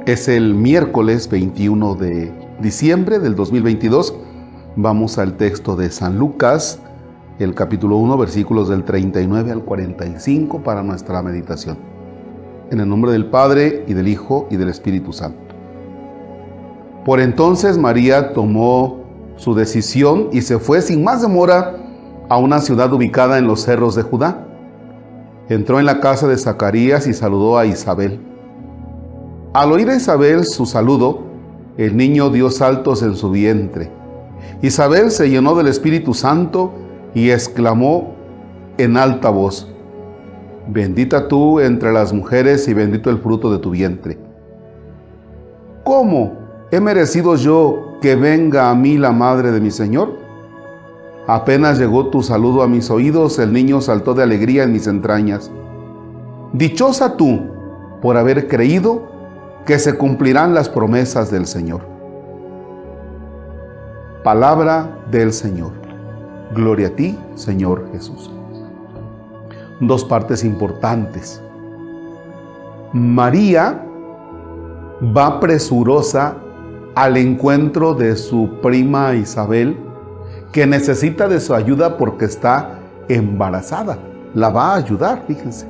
Es el miércoles 21 de diciembre del 2022. Vamos al texto de San Lucas, el capítulo 1, versículos del 39 al 45 para nuestra meditación. En el nombre del Padre, y del Hijo, y del Espíritu Santo. Por entonces María tomó su decisión y se fue sin más demora a una ciudad ubicada en los cerros de Judá. Entró en la casa de Zacarías y saludó a Isabel. Al oír a Isabel su saludo, el niño dio saltos en su vientre. Isabel se llenó del Espíritu Santo y exclamó en alta voz: «Bendita tú entre las mujeres y bendito el fruto de tu vientre. ¿Cómo he merecido yo que venga a mí la madre de mi Señor? Apenas llegó tu saludo a mis oídos, el niño saltó de alegría en mis entrañas. Dichosa tú por haber creído que se cumplirán las promesas del Señor». Palabra del Señor. Gloria a ti, Señor Jesús. Dos partes importantes. María va presurosa al encuentro de su prima Isabel, que necesita de su ayuda porque está embarazada. La va a ayudar, fíjense.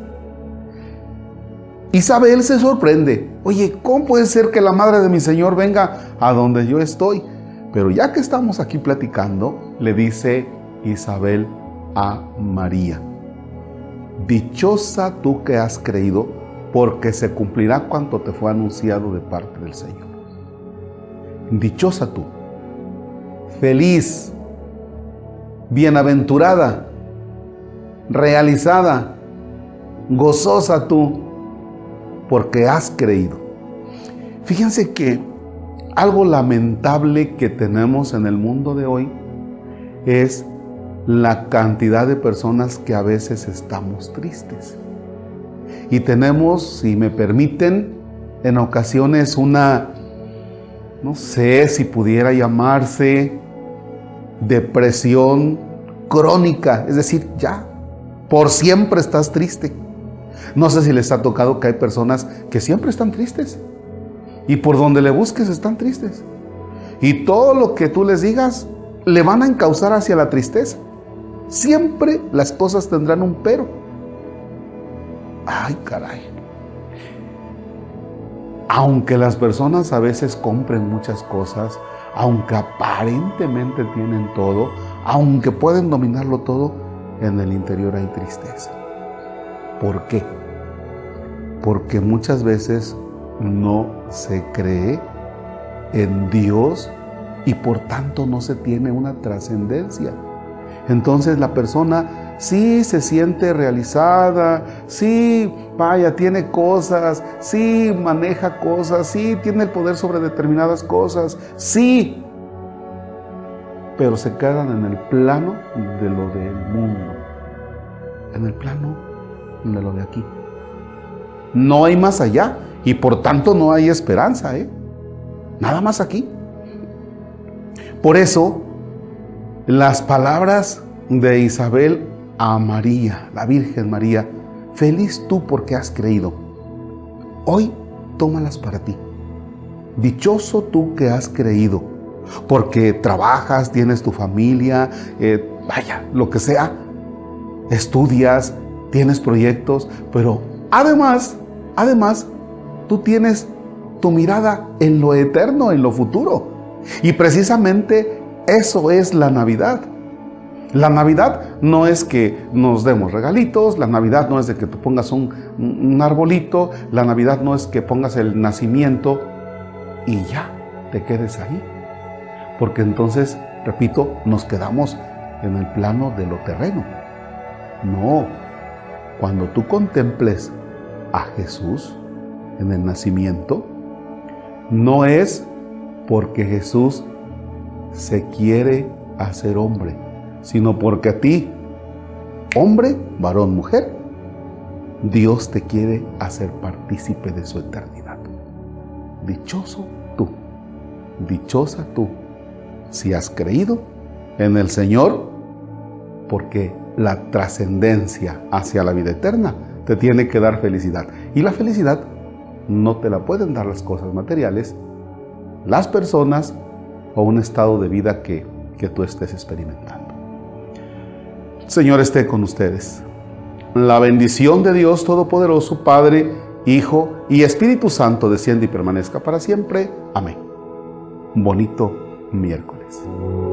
Isabel se sorprende. Oye, ¿cómo puede ser que la madre de mi Señor venga a donde yo estoy? Pero ya que estamos aquí platicando, le dice Isabel a María: dichosa tú que has creído, porque se cumplirá cuanto te fue anunciado de parte del Señor. Dichosa tú, feliz, bienaventurada, realizada, gozosa tú, porque has creído. Fíjense que algo lamentable que tenemos en el mundo de hoy es la cantidad de personas que a veces estamos tristes. Y tenemos, si me permiten, en ocasiones una, no sé si pudiera llamarse depresión crónica. Es decir, ya, por siempre estás triste. No sé si les ha tocado que hay personas que siempre están tristes. Y por donde le busques están tristes. Y todo lo que tú les digas le van a encauzar hacia la tristeza. Siempre las cosas tendrán un pero. Ay, caray. Aunque las personas a veces compren muchas cosas, aunque aparentemente tienen todo, aunque pueden dominarlo todo, en el interior hay tristeza. ¿Por qué? Porque muchas veces no se cree en Dios y por tanto no se tiene una trascendencia. Entonces la persona sí se siente realizada, sí, vaya, tiene cosas, sí maneja cosas, sí tiene el poder sobre determinadas cosas, sí, pero se quedan en el plano de lo del mundo, en el plano de lo de aquí. No hay más allá y por tanto no hay esperanza, nada más aquí. Por eso, las palabras de Isabel a María, la Virgen María: feliz tú porque has creído. Hoy tómalas para ti. Dichoso tú que has creído, porque trabajas, tienes tu familia, vaya, lo que sea, estudias, tienes proyectos, pero además, tú tienes tu mirada en lo eterno, en lo futuro. Y precisamente eso es la Navidad. La Navidad no es que nos demos regalitos, la Navidad no es de que tú pongas un arbolito, la Navidad no es que pongas el nacimiento y ya te quedes ahí. Porque entonces, repito, nos quedamos en el plano de lo terreno. No, cuando tú contemples a Jesús en el nacimiento, no es porque Jesús se quiere hacer hombre, sino porque a ti, hombre, varón, mujer, Dios te quiere hacer partícipe de su eternidad. Dichoso tú, dichosa tú, si has creído en el Señor, porque la trascendencia hacia la vida eterna te tiene que dar felicidad. Y la felicidad no te la pueden dar las cosas materiales, las personas o un estado de vida que tú estés experimentando. Señor esté con ustedes. La bendición de Dios Todopoderoso, Padre, Hijo y Espíritu Santo descienda y permanezca para siempre. Amén. Bonito miércoles.